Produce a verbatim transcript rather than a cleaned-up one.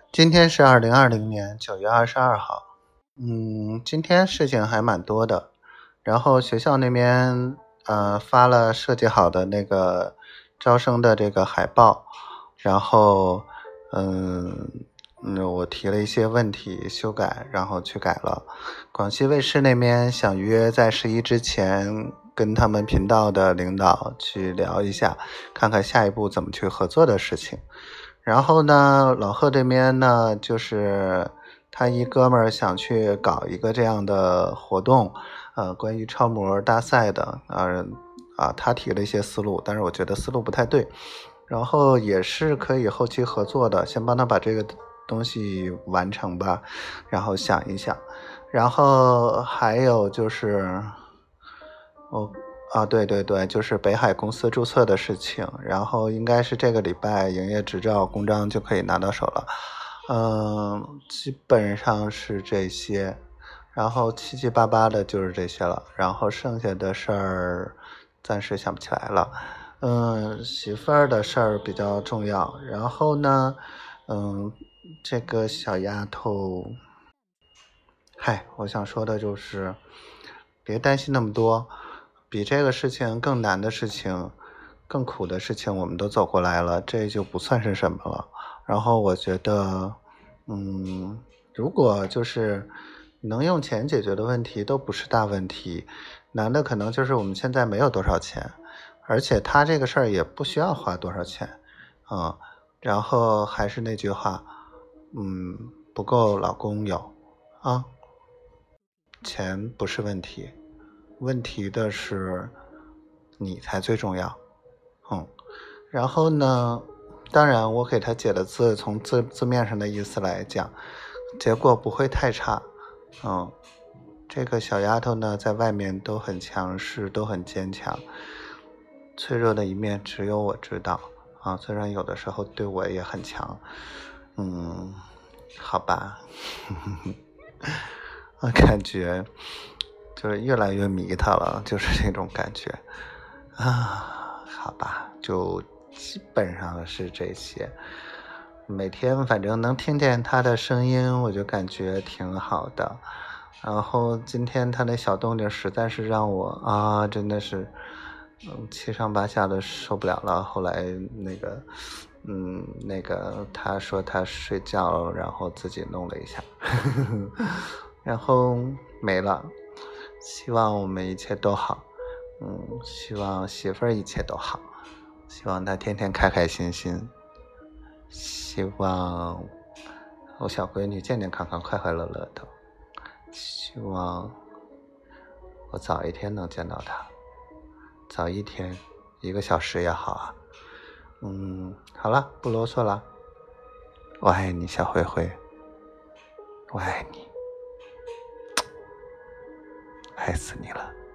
今天是二零二零年九月二十二号，嗯，今天事情还蛮多的。然后学校那边呃发了设计好的那个招生的这个海报，然后嗯嗯我提了一些问题修改，然后去改了。广西卫视那边想约在十一之前跟他们频道的领导去聊一下，看看下一步怎么去合作的事情。然后呢，老贺这边呢，就是他一哥们儿想去搞一个这样的活动，呃，关于超模大赛的，呃，啊，他提了一些思路，但是我觉得思路不太对，然后也是可以后期合作的，先帮他把这个东西完成吧，然后想一想，然后还有就是，哦。啊，对对对，就是北海公司注册的事情，然后应该是这个礼拜营业执照公章就可以拿到手了，嗯，基本上是这些，然后七七八八的就是这些了，然后剩下的事儿暂时想不起来了，嗯，媳妇儿的事儿比较重要，然后呢，嗯，这个小丫头，嗨，我想说的就是别担心那么多，比这个事情更难的事情，更苦的事情我们都走过来了，这就不算是什么了。然后我觉得嗯，如果就是能用钱解决的问题都不是大问题，难的可能就是我们现在没有多少钱，而且他这个事儿也不需要花多少钱啊、嗯。然后还是那句话，嗯，不够老公有啊，钱不是问题，问题的是你才最重要。嗯，然后呢，当然我给他解的字从字字面上的意思来讲，结果不会太差。嗯，这个小丫头呢，在外面都很强势，都很坚强，脆弱的一面只有我知道啊。虽然有的时候对我也很强，嗯，好吧。我感觉就是越来越迷他了，就是这种感觉啊。好吧，就基本上是这些。每天反正能听见他的声音，我就感觉挺好的。然后今天他那小动静实在是让我啊，真的是嗯七上八下的受不了了。后来那个嗯那个他说他睡觉，然后自己弄了一下。然后没了，希望我们一切都好，嗯，希望媳妇儿一切都好，希望她天天开开心心，希望我小闺女健健康康、快快乐乐的，希望我早一天能见到她，早一天，一个小时也好啊。嗯，好了，不啰嗦了，我爱你，小灰灰，我爱你。爱死你了。